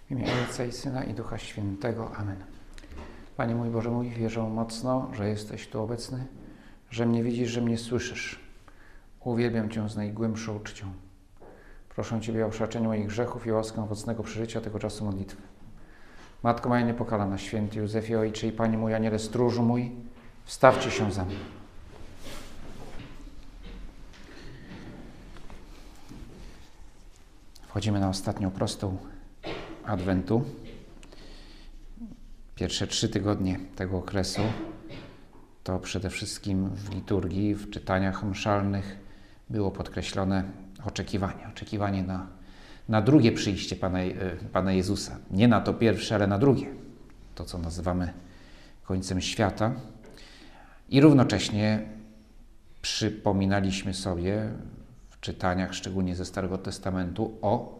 W imię Ojca i Syna i Ducha Świętego. Amen. Panie mój, Boże mój, wierzę mocno, że jesteś tu obecny, że mnie widzisz, że mnie słyszysz. Uwielbiam Cię z najgłębszą czcią. Proszę Ciebie o przebaczenie moich grzechów i łaskę owocnego przeżycia tego czasu modlitwy. Matko moja niepokalana, święty Józefie, Ojcze i Panie mój, Aniele stróżu mój, wstawcie się za mną. Wchodzimy na ostatnią prostą Adwentu. Pierwsze 3 tygodnie tego okresu to przede wszystkim w liturgii, w czytaniach mszalnych było podkreślone oczekiwanie na drugie przyjście Pana Jezusa. Nie na to pierwsze, ale na drugie. To, co nazywamy końcem świata. I równocześnie przypominaliśmy sobie w czytaniach, szczególnie ze Starego Testamentu,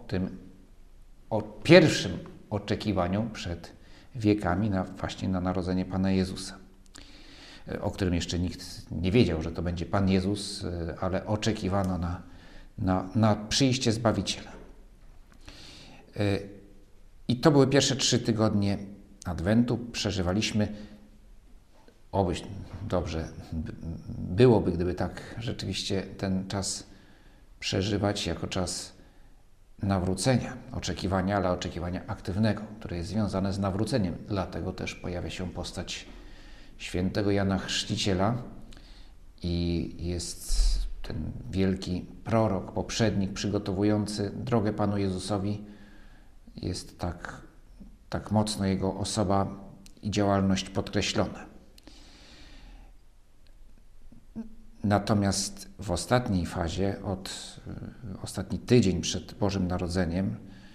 o pierwszym oczekiwaniu przed wiekami właśnie na narodzenie Pana Jezusa, o którym jeszcze nikt nie wiedział, że to będzie Pan Jezus, ale oczekiwano na przyjście Zbawiciela. I to były pierwsze 3 tygodnie Adwentu. Przeżywaliśmy, dobrze byłoby, gdyby tak rzeczywiście ten czas przeżywać jako czas nawrócenia, oczekiwania, ale oczekiwania aktywnego, które jest związane z nawróceniem. Dlatego też pojawia się postać świętego Jana Chrzciciela i jest ten wielki prorok, poprzednik przygotowujący drogę Panu Jezusowi. Jest tak mocno jego osoba i działalność podkreślona. Natomiast w ostatniej fazie, ostatni tydzień przed Bożym Narodzeniem,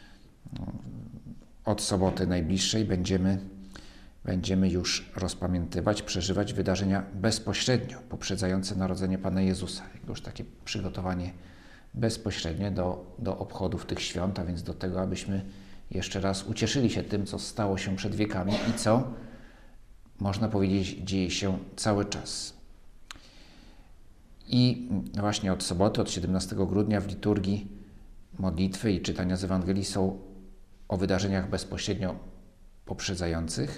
od soboty najbliższej będziemy już rozpamiętywać, przeżywać wydarzenia bezpośrednio poprzedzające narodzenie Pana Jezusa. Już takie przygotowanie bezpośrednie do obchodów tych świąt, a więc do tego, abyśmy jeszcze raz ucieszyli się tym, co stało się przed wiekami i co, można powiedzieć, dzieje się cały czas. I właśnie od soboty, od 17 grudnia w liturgii modlitwy i czytania z Ewangelii są o wydarzeniach bezpośrednio poprzedzających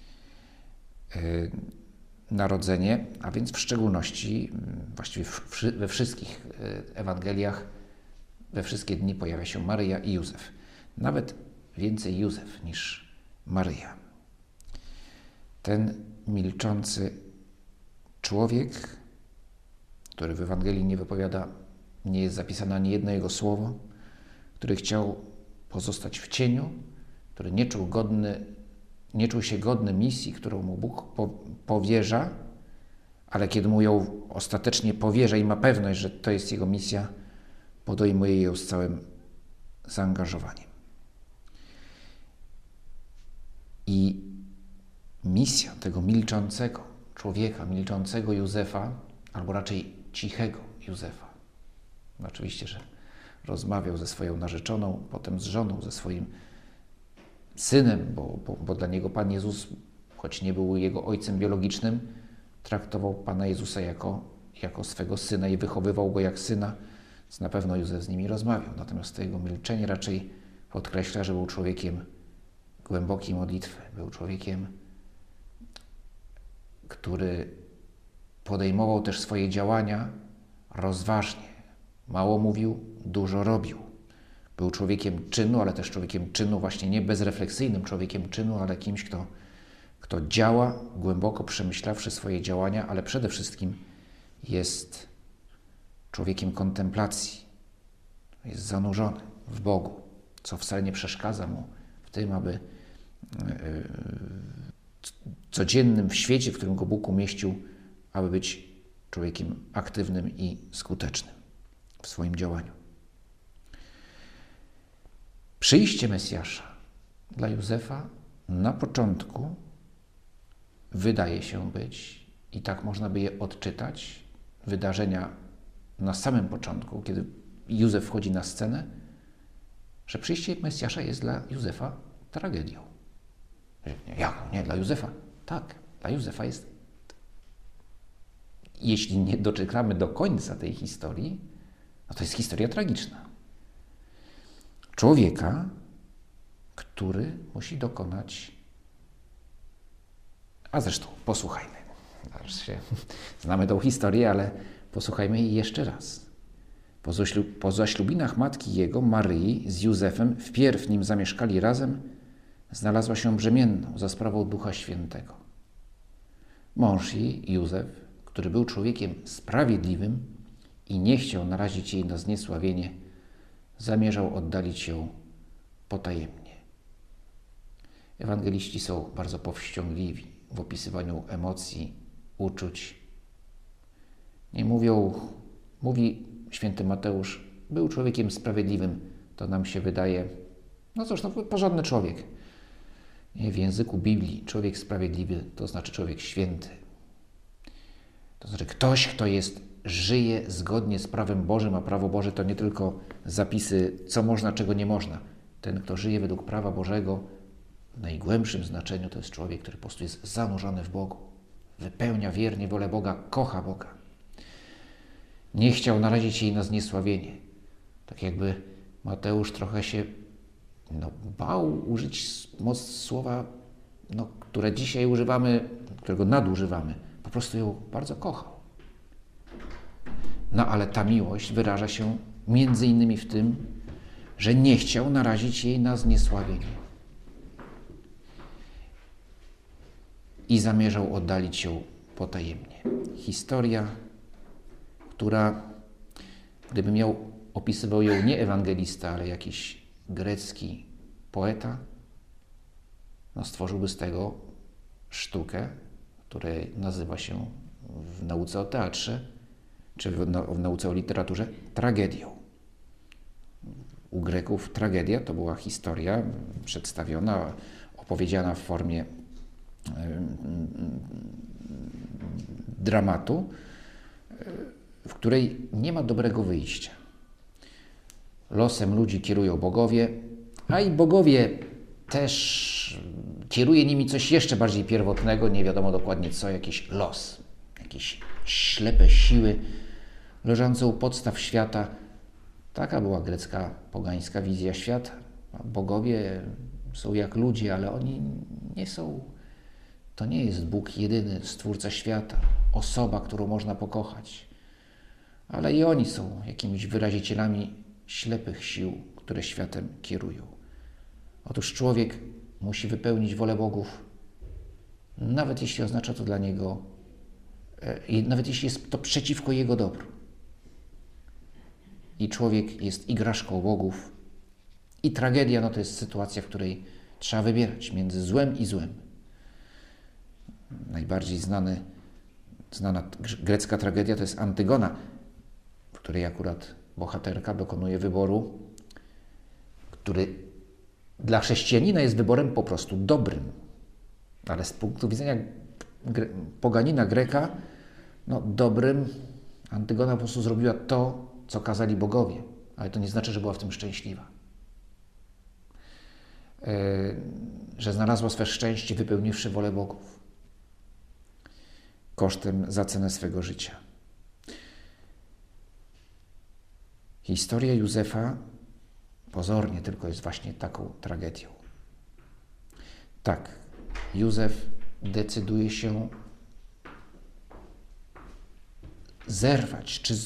narodzenie, a więc w szczególności, właściwie we wszystkich Ewangeliach, we wszystkie dni pojawia się Maryja i Józef. Nawet więcej Józef niż Maryja. Ten milczący człowiek, który w Ewangelii nie wypowiada, nie jest zapisane ani jedno jego słowo, który chciał pozostać w cieniu, który nie czuł się godny misji, którą mu Bóg powierza, ale kiedy mu ją ostatecznie powierza i ma pewność, że to jest jego misja, podejmuje ją z całym zaangażowaniem. I misja tego milczącego człowieka, milczącego Józefa, albo raczej cichego Józefa. Oczywiście, że rozmawiał ze swoją narzeczoną, potem z żoną, ze swoim synem, bo dla niego Pan Jezus, choć nie był jego ojcem biologicznym, traktował Pana Jezusa jako swego syna i wychowywał go jak syna, więc na pewno Józef z nimi rozmawiał. Natomiast to jego milczenie raczej podkreśla, że był człowiekiem głębokiej modlitwy. Był człowiekiem, który podejmował też swoje działania rozważnie. Mało mówił, dużo robił. Był człowiekiem czynu, ale też człowiekiem czynu właśnie nie bezrefleksyjnym człowiekiem czynu, ale kimś, kto działa, głęboko przemyślawszy swoje działania, ale przede wszystkim jest człowiekiem kontemplacji. Jest zanurzony w Bogu, co wcale nie przeszkadza mu w tym, aby codziennym w świecie, w którym go Bóg umieścił, aby być człowiekiem aktywnym i skutecznym w swoim działaniu. Przyjście Mesjasza dla Józefa na początku wydaje się być, i tak można by je odczytać, wydarzenia na samym początku, kiedy Józef wchodzi na scenę, że przyjście Mesjasza jest dla Józefa tragedią. Jak? Nie, dla Józefa? Tak, dla Józefa jest. Jeśli nie doczekamy do końca tej historii, no to jest historia tragiczna. Człowieka, który musi dokonać. A zresztą posłuchajmy. Znamy tą historię, ale posłuchajmy jej jeszcze raz. Po zaślubinach matki jego, Maryi, z Józefem, wpierw nim zamieszkali razem, znalazła się brzemienną za sprawą Ducha Świętego. Mąż jej, Józef, który był człowiekiem sprawiedliwym i nie chciał narazić jej na zniesławienie, zamierzał oddalić ją potajemnie. Ewangeliści są bardzo powściągliwi w opisywaniu emocji, uczuć. Nie mówi święty Mateusz, był człowiekiem sprawiedliwym. To nam się wydaje, no cóż, no porządny człowiek. W języku Biblii człowiek sprawiedliwy to znaczy człowiek święty. To znaczy ktoś, kto żyje zgodnie z prawem Bożym, a prawo Boże to nie tylko zapisy, co można, czego nie można. Ten, kto żyje według prawa Bożego, w najgłębszym znaczeniu to jest człowiek, który po prostu jest zanurzony w Bogu. Wypełnia wiernie wolę Boga, kocha Boga. Nie chciał narazić jej na zniesławienie. Tak jakby Mateusz trochę się bał użyć słowa, które dzisiaj używamy, którego nadużywamy. Po prostu ją bardzo kochał. Ale ta miłość wyraża się między innymi w tym, że nie chciał narazić jej na zniesławienie. I zamierzał oddalić ją potajemnie. Historia, która, gdyby opisywał ją nie ewangelista, ale jakiś grecki poeta, stworzyłby z tego sztukę, która nazywa się w nauce o teatrze, czy w nauce o literaturze tragedią. U Greków tragedia to była historia przedstawiona, opowiedziana w formie dramatu, w której nie ma dobrego wyjścia. Losem ludzi kierują bogowie, a i bogowie też kieruje nimi coś jeszcze bardziej pierwotnego, nie wiadomo dokładnie co, jakiś los, jakieś ślepe siły leżące u podstaw świata. Taka była grecka pogańska wizja świata. Bogowie są jak ludzie, ale oni nie są. To nie jest Bóg jedyny, Stwórca świata, osoba, którą można pokochać. Ale i oni są jakimiś wyrazicielami ślepych sił, które światem kierują. Otóż człowiek musi wypełnić wolę bogów, nawet jeśli oznacza to dla niego, nawet jeśli jest to przeciwko jego dobru. I człowiek jest igraszką bogów. I tragedia to jest sytuacja, w której trzeba wybierać między złem i złem. Najbardziej znana grecka tragedia to jest Antygona, w której akurat bohaterka dokonuje wyboru, który dla chrześcijanina jest wyborem po prostu dobrym. Ale z punktu widzenia poganina Greka, dobrym Antygona po prostu zrobiła to, co kazali bogowie. Ale to nie znaczy, że była w tym szczęśliwa. Że znalazła swe szczęście, wypełniwszy wolę bogów. Kosztem za cenę swego życia. Historia Józefa pozornie tylko jest właśnie taką tragedią. Tak, Józef decyduje się zerwać, czy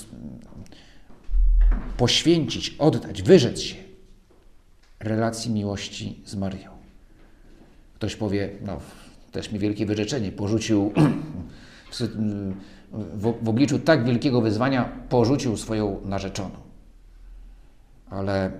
poświęcić, oddać, wyrzec się relacji miłości z Maryją. Ktoś powie, też mi wielkie wyrzeczenie, porzucił w obliczu tak wielkiego wyzwania, porzucił swoją narzeczoną. Ale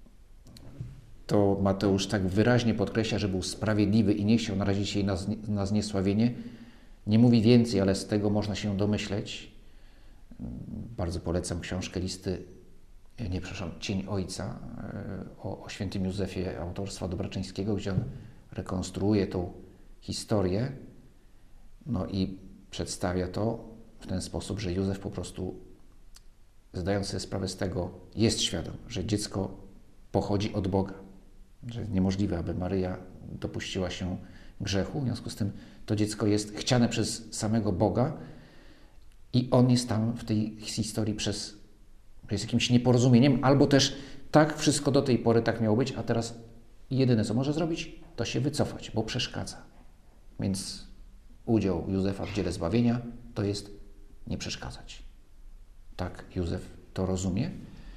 to Mateusz tak wyraźnie podkreśla, że był sprawiedliwy i nie chciał narazić jej na zniesławienie. Nie mówi więcej, ale z tego można się domyśleć. Bardzo polecam książkę Cień Ojca o świętym Józefie autorstwa Dobraczyńskiego, gdzie on rekonstruuje tą historię i przedstawia to w ten sposób, że Józef po prostu, zdając sobie sprawę z tego, jest świadom, że dziecko pochodzi od Boga, że jest niemożliwe, aby Maryja dopuściła się grzechu, w związku z tym to dziecko jest chciane przez samego Boga i on jest tam w tej historii jest jakimś nieporozumieniem, albo też tak wszystko do tej pory tak miało być, a teraz I jedyne, co może zrobić, to się wycofać, bo przeszkadza. Więc udział Józefa w dziele zbawienia to jest nie przeszkadzać. Tak Józef to rozumie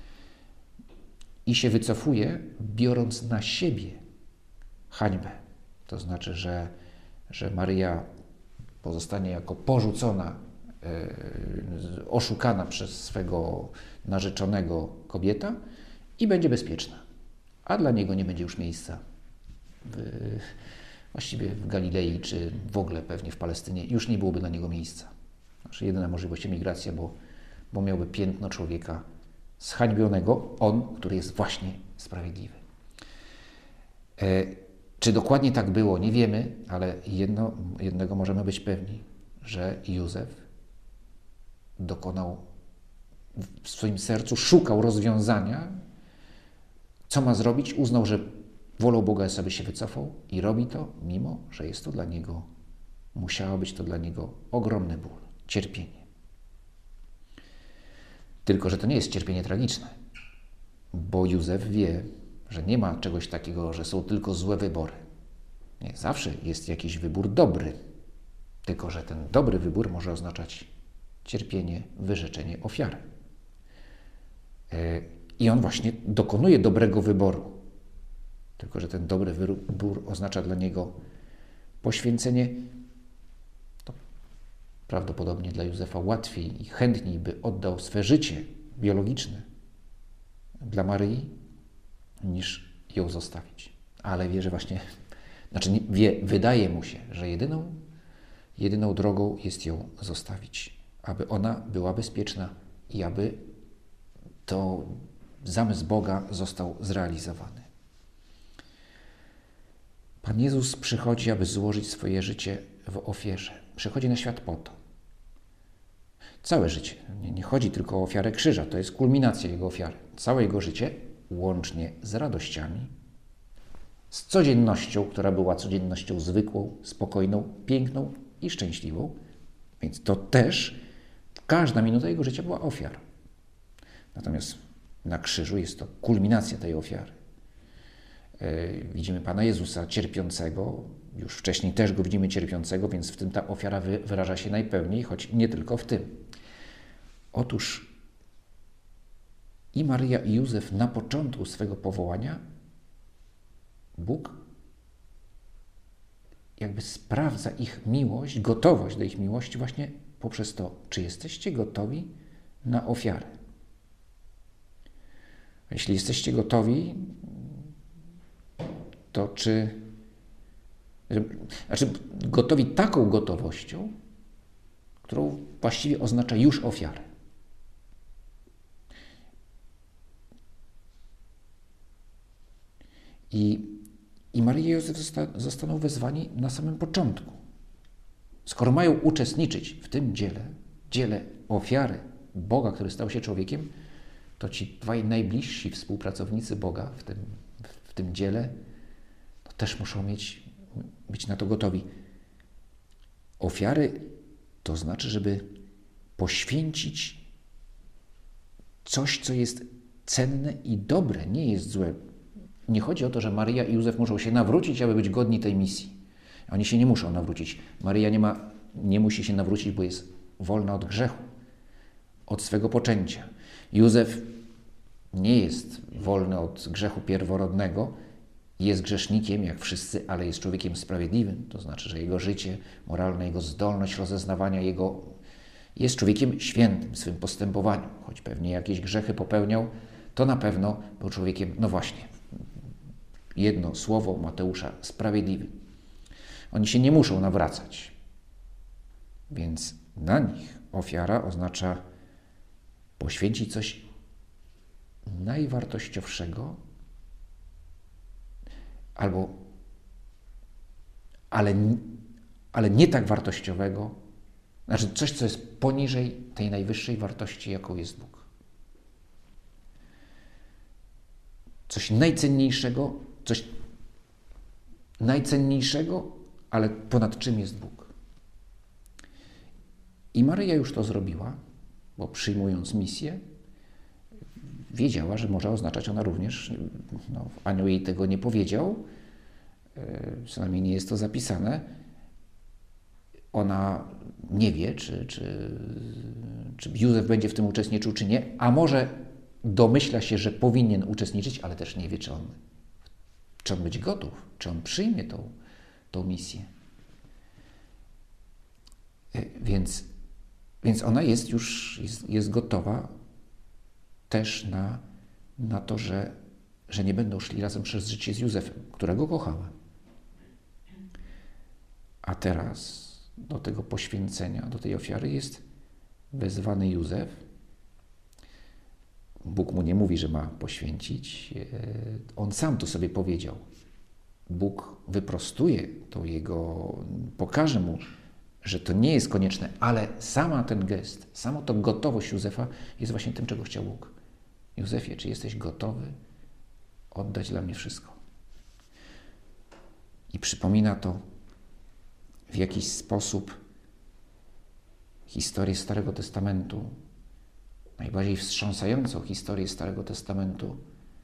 i się wycofuje, biorąc na siebie hańbę. To znaczy, że Maryja pozostanie jako porzucona, oszukana przez swego narzeczonego kobieta i będzie bezpieczna. A dla niego nie będzie już miejsca właściwie w Galilei, czy w ogóle pewnie w Palestynie. Już nie byłoby dla niego miejsca. Znaczy jedyna możliwość emigracja, bo miałby piętno człowieka zhańbionego, on, który jest właśnie sprawiedliwy. Czy dokładnie tak było, nie wiemy, ale jednego możemy być pewni, że Józef dokonał w swoim sercu, szukał rozwiązania, co ma zrobić, uznał, że wolą Boga jest, aby się wycofał i robi to, mimo że jest to dla niego, musiało być to dla niego ogromny ból, cierpienie. Tylko że to nie jest cierpienie tragiczne, bo Józef wie, że nie ma czegoś takiego, że są tylko złe wybory. Nie, zawsze jest jakiś wybór dobry, tylko że ten dobry wybór może oznaczać cierpienie, wyrzeczenie, ofiarę. I on właśnie dokonuje dobrego wyboru. Tylko że ten dobry wybór oznacza dla niego poświęcenie. To prawdopodobnie dla Józefa łatwiej i chętniej by oddał swe życie biologiczne dla Maryi, niż ją zostawić. Ale wie, że właśnie, wydaje mu się, że jedyną drogą jest ją zostawić, aby ona była bezpieczna i aby to zamysł Boga został zrealizowany. Pan Jezus przychodzi, aby złożyć swoje życie w ofierze. Przychodzi na świat po to. Całe życie. Nie chodzi tylko o ofiarę krzyża, to jest kulminacja Jego ofiary. Całe Jego życie, łącznie z radościami, z codziennością, która była codziennością zwykłą, spokojną, piękną i szczęśliwą. Więc to też każda minuta Jego życia była ofiarą. Natomiast na krzyżu jest to kulminacja tej ofiary. Widzimy Pana Jezusa cierpiącego, już wcześniej też Go widzimy cierpiącego, więc w tym ta ofiara wyraża się najpełniej, choć nie tylko w tym. Otóż i Maryja, i Józef na początku swego powołania Bóg jakby sprawdza ich miłość, gotowość do ich miłości właśnie poprzez to, czy jesteście gotowi na ofiarę. Jeśli jesteście gotowi, to gotowi taką gotowością, którą właściwie oznacza już ofiarę. I Maryja i Józef zostaną wezwani na samym początku. Skoro mają uczestniczyć w tym dziele ofiary Boga, który stał się człowiekiem, to ci dwaj najbliżsi współpracownicy Boga w tym dziele to też muszą być na to gotowi. Ofiary to znaczy, żeby poświęcić coś, co jest cenne i dobre, nie jest złe. Nie chodzi o to, że Maryja i Józef muszą się nawrócić, aby być godni tej misji. Oni się nie muszą nawrócić. Maryja nie musi się nawrócić, bo jest wolna od grzechu, od swego poczęcia. Józef nie jest wolny od grzechu pierworodnego, jest grzesznikiem jak wszyscy, ale jest człowiekiem sprawiedliwym. To znaczy, że jego życie moralne, jego zdolność rozeznawania jest człowiekiem świętym w swym postępowaniu. Choć pewnie jakieś grzechy popełniał, to na pewno był człowiekiem, no właśnie, jedno słowo Mateusza, sprawiedliwy. Oni się nie muszą nawracać. Więc dla nich ofiara oznacza poświęcić coś najwartościowszego, ale nie tak wartościowego, znaczy coś, co jest poniżej tej najwyższej wartości, jaką jest Bóg. Coś najcenniejszego, ale ponad czym jest Bóg. I Maryja już to zrobiła, bo przyjmując misję, wiedziała, że może oznaczać ona również, anioł jej tego nie powiedział, przynajmniej nie jest to zapisane. Ona nie wie, czy Józef będzie w tym uczestniczył, czy nie, a może domyśla się, że powinien uczestniczyć, ale też nie wie, czy on będzie gotów, czy on przyjmie tą misję. Więc ona jest gotowa też na to, że nie będą szli razem przez życie z Józefem, którego kochała. A teraz do tego poświęcenia, do tej ofiary jest wezwany Józef. Bóg mu nie mówi, że ma poświęcić. On sam to sobie powiedział. Bóg wyprostuje to pokaże mu, że to nie jest konieczne, ale sama ten gest, sama to gotowość Józefa jest właśnie tym, czego chciał Bóg. Józefie, czy jesteś gotowy oddać dla mnie wszystko? I przypomina to w jakiś sposób historię Starego Testamentu, najbardziej wstrząsającą historię Starego Testamentu,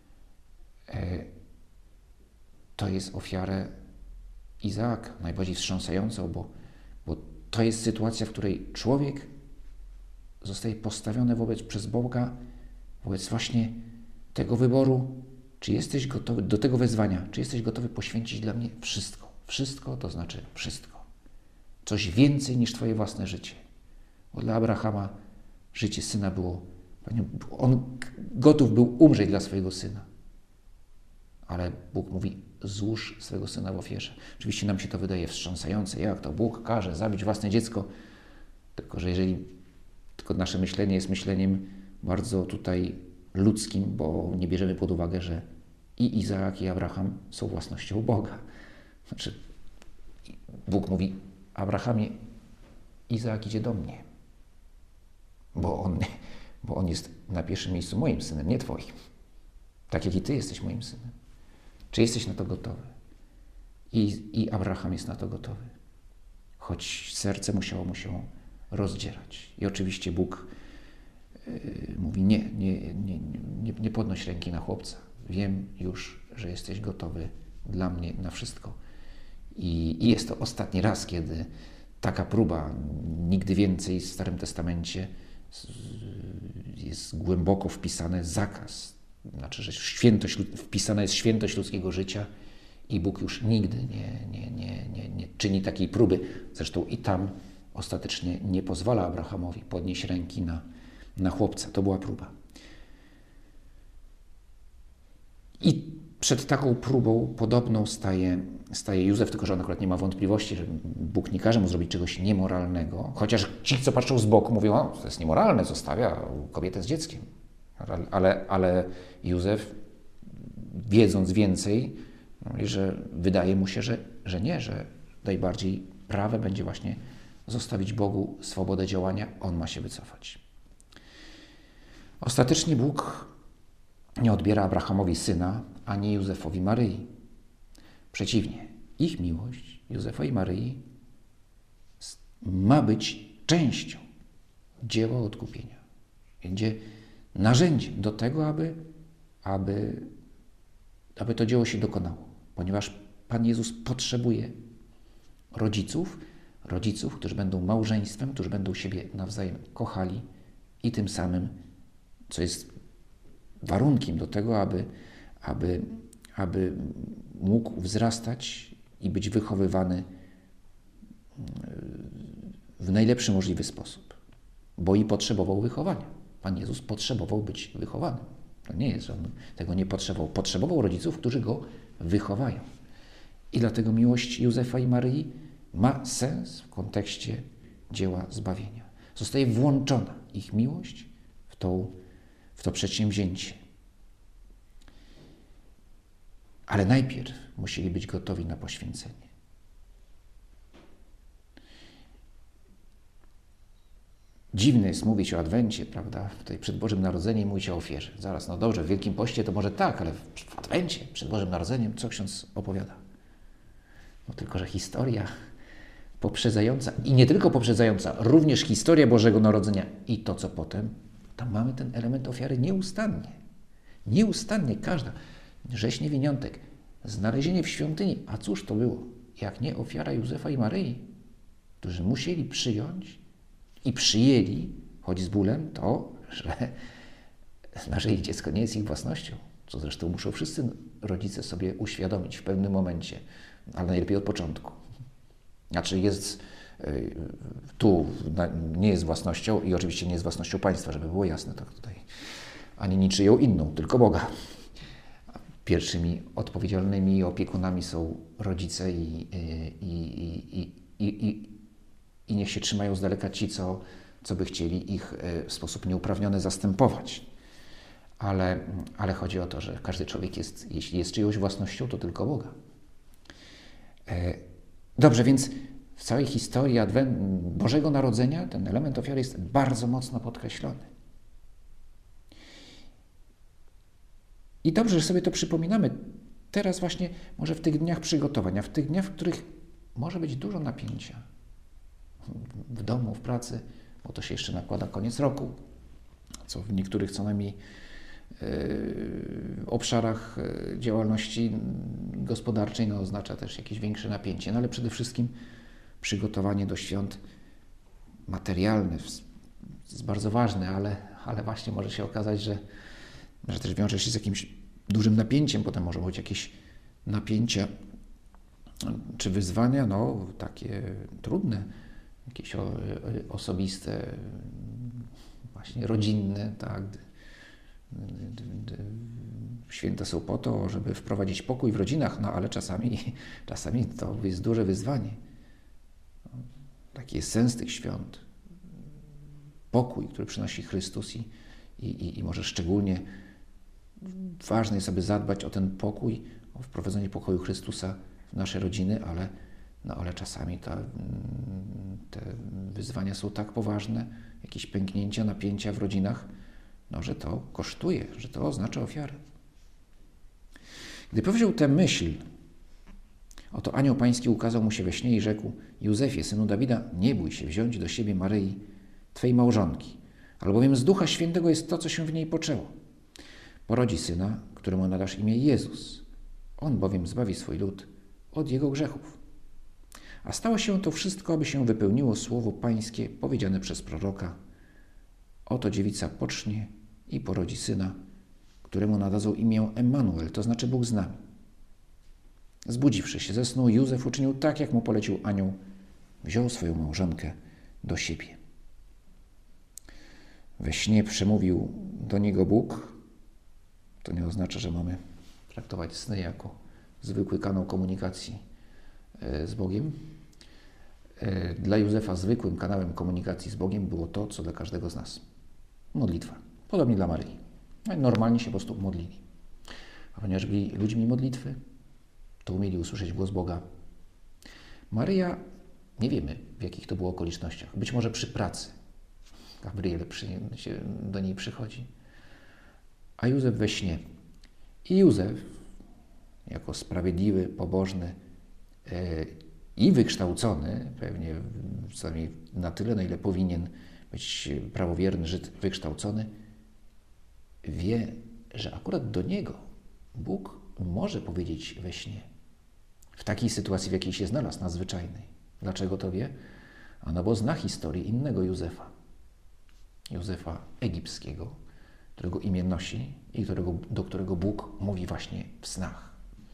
to jest ofiarę Izaaka, najbardziej wstrząsającą, bo to jest sytuacja, w której człowiek zostaje postawiony przez Boga, wobec właśnie tego wyboru, czy jesteś gotowy, do tego wezwania, czy jesteś gotowy poświęcić dla mnie wszystko. Wszystko to znaczy wszystko. Coś więcej niż twoje własne życie. Bo dla Abrahama życie syna było, on gotów był umrzeć dla swojego syna. Ale Bóg mówi, złóż swego syna w ofierze. Oczywiście nam się to wydaje wstrząsające, jak to Bóg każe zabić własne dziecko. Tylko nasze myślenie jest myśleniem bardzo tutaj ludzkim, bo nie bierzemy pod uwagę, że i Izaak, i Abraham są własnością Boga. Znaczy, Bóg mówi, Abrahamie, Izaak idzie do mnie, bo on jest na pierwszym miejscu moim synem, nie twoim. Tak jak i ty jesteś moim synem. Czy jesteś na to gotowy? I Abraham jest na to gotowy. Choć serce musiało mu się rozdzierać. I oczywiście Bóg mówi, nie podnoś ręki na chłopca. Wiem już, że jesteś gotowy dla mnie na wszystko. I jest to ostatni raz, kiedy taka próba, nigdy więcej w Starym Testamencie jest głęboko wpisany zakaz. Znaczy, że wpisana jest świętość ludzkiego życia i Bóg już nigdy nie czyni takiej próby. Zresztą i tam ostatecznie nie pozwala Abrahamowi podnieść ręki na chłopca. To była próba. I przed taką próbą podobną staje Józef, tylko że on akurat nie ma wątpliwości, że Bóg nie każe mu zrobić czegoś niemoralnego. Chociaż ci, co patrzą z boku, mówią, to jest niemoralne, zostawia kobietę z dzieckiem. Ale Józef, wiedząc więcej, mówi, że wydaje mu się, że nie, że najbardziej prawe będzie właśnie zostawić Bogu swobodę działania, on ma się wycofać. Ostatecznie Bóg nie odbiera Abrahamowi syna, ani Józefowi Maryi. Przeciwnie, ich miłość, Józefa i Maryi, ma być częścią dzieła odkupienia. Będzie narzędziem do tego, aby to dzieło się dokonało. Ponieważ Pan Jezus potrzebuje rodziców, którzy będą małżeństwem, którzy będą siebie nawzajem kochali i tym samym, co jest warunkiem do tego, aby mógł wzrastać i być wychowywany w najlepszy możliwy sposób. Bo i potrzebował wychowania. Pan Jezus potrzebował być wychowany. To nie jest, że on tego nie potrzebował. Potrzebował rodziców, którzy go wychowają. I dlatego miłość Józefa i Maryi ma sens w kontekście dzieła zbawienia. Zostaje włączona ich miłość w to przedsięwzięcie. Ale najpierw musieli być gotowi na poświęcenie. Dziwne jest mówić o Adwencie, prawda? Tutaj przed Bożym Narodzeniem mówić o ofierze. Zaraz, no dobrze, w Wielkim Poście to może tak, ale w Adwencie, przed Bożym Narodzeniem, co ksiądz opowiada? No tylko, że historia poprzedzająca, i nie tylko poprzedzająca, również historia Bożego Narodzenia i to, co potem, tam mamy ten element ofiary nieustannie. Nieustannie każda rzeź niewiniątek, znalezienie w świątyni. A cóż to było? Jak nie ofiara Józefa i Maryi, którzy musieli przyjąć i przyjęli, choć z bólem, to, że ich dziecko nie jest ich własnością. Co zresztą muszą wszyscy rodzice sobie uświadomić w pewnym momencie, ale najlepiej od początku. Znaczy jest nie jest własnością i oczywiście nie jest własnością państwa, żeby było jasne, tak tutaj, ani niczyją inną, tylko Boga. Pierwszymi odpowiedzialnymi opiekunami są rodzice i niech się trzymają z daleka ci, co by chcieli ich w sposób nieuprawniony zastępować. Ale chodzi o to, że każdy człowiek jest, jeśli jest czyjąś własnością, to tylko Boga. Dobrze, więc w całej historii Bożego Narodzenia ten element ofiary jest bardzo mocno podkreślony. I dobrze, że sobie to przypominamy teraz właśnie, może w tych dniach przygotowania, w tych dniach, w których może być dużo napięcia. W domu, w pracy, bo to się jeszcze nakłada koniec roku, co w niektórych co najmniej obszarach działalności gospodarczej oznacza też jakieś większe napięcie, no ale przede wszystkim przygotowanie do świąt materialne jest bardzo ważne, ale właśnie może się okazać, że też wiąże się z jakimś dużym napięciem, potem może być jakieś napięcia czy wyzwania, takie trudne, jakieś osobiste, właśnie rodzinne, tak. Święta są po to, żeby wprowadzić pokój w rodzinach, ale czasami to jest duże wyzwanie. Taki jest sens tych świąt. Pokój, który przynosi Chrystus i może szczególnie ważne jest, aby zadbać o ten pokój, o wprowadzenie pokoju Chrystusa w nasze rodziny, ale czasami te wyzwania są tak poważne, jakieś pęknięcia, napięcia w rodzinach, że to kosztuje, że to oznacza ofiarę. Gdy powiedział tę myśl, oto anioł pański ukazał mu się we śnie i rzekł: Józefie, synu Dawida, nie bój się wziąć do siebie Maryi, twej małżonki, albowiem z Ducha Świętego jest to, co się w niej poczęło. Porodzi syna, któremu nadasz imię Jezus. On bowiem zbawi swój lud od jego grzechów. A stało się to wszystko, aby się wypełniło słowo pańskie powiedziane przez proroka. Oto dziewica pocznie i porodzi syna, któremu nadadzą imię Emmanuel, to znaczy Bóg z nami. Zbudziwszy się ze snu, Józef uczynił tak, jak mu polecił anioł. Wziął swoją małżonkę do siebie. We śnie przemówił do niego Bóg. To nie oznacza, że mamy traktować sny jako zwykły kanał komunikacji z Bogiem. Dla Józefa zwykłym kanałem komunikacji z Bogiem było to, co dla każdego z nas. Modlitwa. Podobnie dla Maryi. Normalnie się po prostu modlili. A ponieważ byli ludźmi modlitwy, to umieli usłyszeć głos Boga. Maryja, nie wiemy w jakich to było okolicznościach. Być może przy pracy. Gabriel do niej przychodzi. A Józef we śnie. I Józef, jako sprawiedliwy, pobożny i wykształcony, pewnie przynajmniej na tyle, na ile powinien być prawowierny Żyd wykształcony, wie, że akurat do niego Bóg może powiedzieć we śnie. W takiej sytuacji, w jakiej się znalazł, nadzwyczajnej. Dlaczego to wie? Bo zna historię innego Józefa. Józefa egipskiego, którego imię nosi i do którego Bóg mówi właśnie w snach.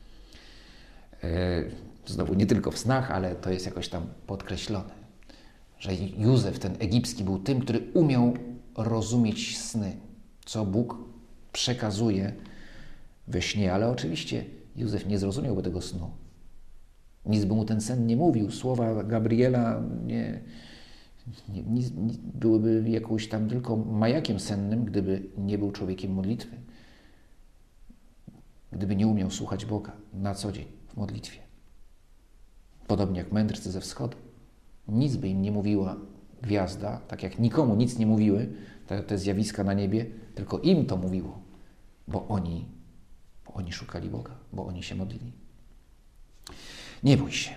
Znowu nie tylko w snach, ale to jest jakoś tam podkreślone, że Józef ten egipski był tym, który umiał rozumieć sny, co Bóg przekazuje we śnie, ale oczywiście Józef nie zrozumiałby tego snu. Nic by mu ten sen nie mówił, słowa Gabriela byłyby jakąś tam tylko majakiem sennym, gdyby nie był człowiekiem modlitwy, gdyby nie umiał słuchać Boga na co dzień w modlitwie. Podobnie jak mędrcy ze wschodu. Nic by im nie mówiła gwiazda, tak jak nikomu nic nie mówiły te zjawiska na niebie, tylko im to mówiło, bo oni szukali Boga, bo oni się modlili. Nie bój się.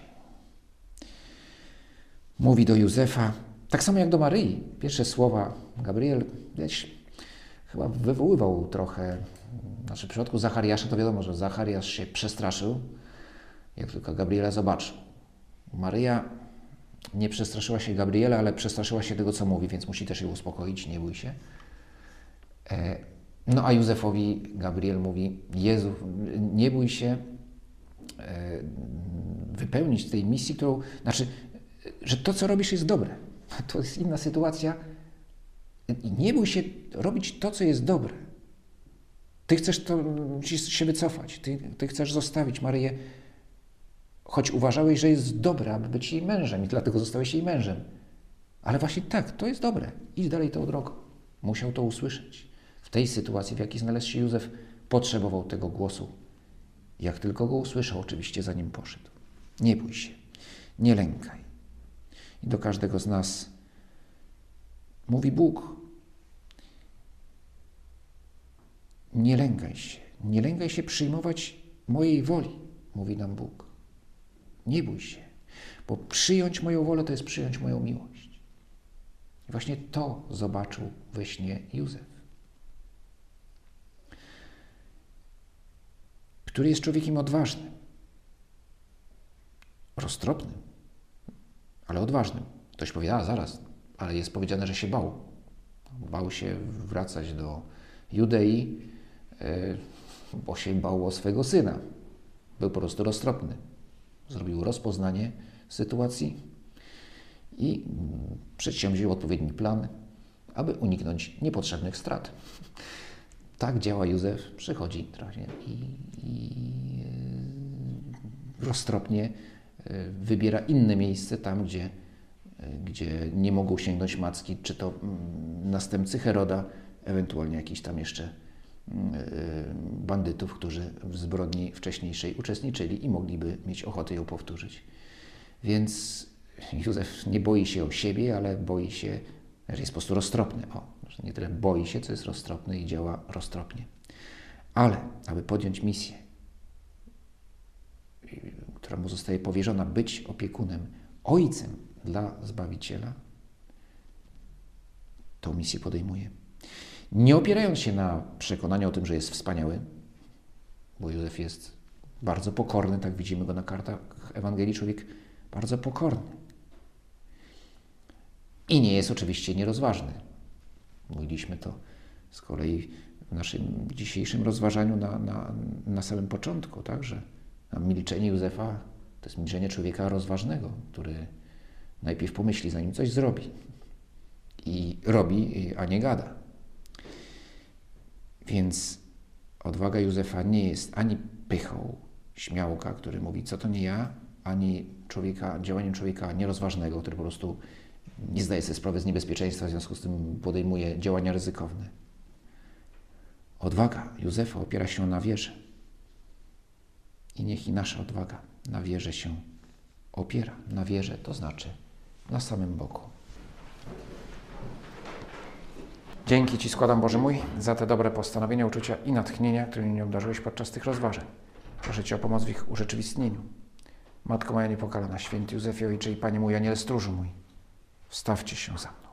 Mówi do Józefa, tak samo jak do Maryi. Pierwsze słowa Gabriel chyba wywoływał trochę Znaczy w przypadku Zachariasza to wiadomo, że Zachariasz się przestraszył, jak tylko Gabriela zobaczył. Maryja nie przestraszyła się Gabriela, ale przestraszyła się tego, co mówi, więc musi też ją uspokoić, nie bój się. No a Józefowi Gabriel mówi, Jezu, nie bój się wypełnić tej misji, którą, znaczy, że to, co robisz, jest dobre. To jest inna sytuacja. I nie bój się robić to, co jest dobre. Ty chcesz się wycofać, ty chcesz zostawić Maryję, choć uważałeś, że jest dobre, aby być jej mężem i dlatego zostałeś jej mężem. Ale właśnie tak, to jest dobre. Idź dalej tą drogą. Musiał to usłyszeć. W tej sytuacji, w jakiej znalazł się Józef, potrzebował tego głosu. Jak tylko go usłyszał, oczywiście za nim poszedł. Nie bój się, nie lękaj. I do każdego z nas mówi Bóg. Nie lękaj się przyjmować mojej woli, mówi nam Bóg. Nie bój się, bo przyjąć moją wolę to jest przyjąć moją miłość. I właśnie to zobaczył we śnie Józef, który jest człowiekiem odważnym, roztropnym, ale odważnym. Ktoś powie, zaraz, ale jest powiedziane, że się bał. Bał się wracać do Judei, bo się bał o swego syna. Był po prostu roztropny. Zrobił rozpoznanie sytuacji i przedsięwziął odpowiedni plan, aby uniknąć niepotrzebnych strat. Tak działa Józef, przychodzi i roztropnie wybiera inne miejsce tam, gdzie nie mogą sięgnąć macki, czy to następcy Heroda, ewentualnie jakichś tam jeszcze bandytów, którzy w zbrodni wcześniejszej uczestniczyli i mogliby mieć ochotę ją powtórzyć. Więc Józef nie boi się o siebie, ale boi się, że jest po prostu roztropny. Nie tyle boi się, co jest roztropny i działa roztropnie. Ale aby podjąć misję, która mu zostaje powierzona, być opiekunem, ojcem dla Zbawiciela, tą misję podejmuje. Nie opierając się na przekonaniu o tym, że jest wspaniały, bo Józef jest bardzo pokorny, tak widzimy go na kartach Ewangelii, człowiek bardzo pokorny. I nie jest oczywiście nierozważny. Mówiliśmy to z kolei w naszym dzisiejszym rozważaniu na samym początku, tak, że milczenie Józefa to jest milczenie człowieka rozważnego, który najpierw pomyśli, zanim coś zrobi. I robi, a nie gada. Więc odwaga Józefa nie jest ani pychą śmiałka, który mówi, co to nie ja, ani działaniem człowieka nierozważnego, który po prostu nie zdaje sobie sprawy z niebezpieczeństwa, w związku z tym podejmuje działania ryzykowne. Odwaga Józefa opiera się na wierze. I niech i nasza odwaga na wierze się opiera. Na wierze, to znaczy na samym Bogu. Dzięki Ci składam, Boże mój, za te dobre postanowienia, uczucia i natchnienia, którymi mnie obdarzyłeś podczas tych rozważań. Proszę Cię o pomoc w ich urzeczywistnieniu. Matko moja niepokalana, święty Józefie, Ojcze i Panie mój, Aniele stróżu mój, wstawcie się za mną.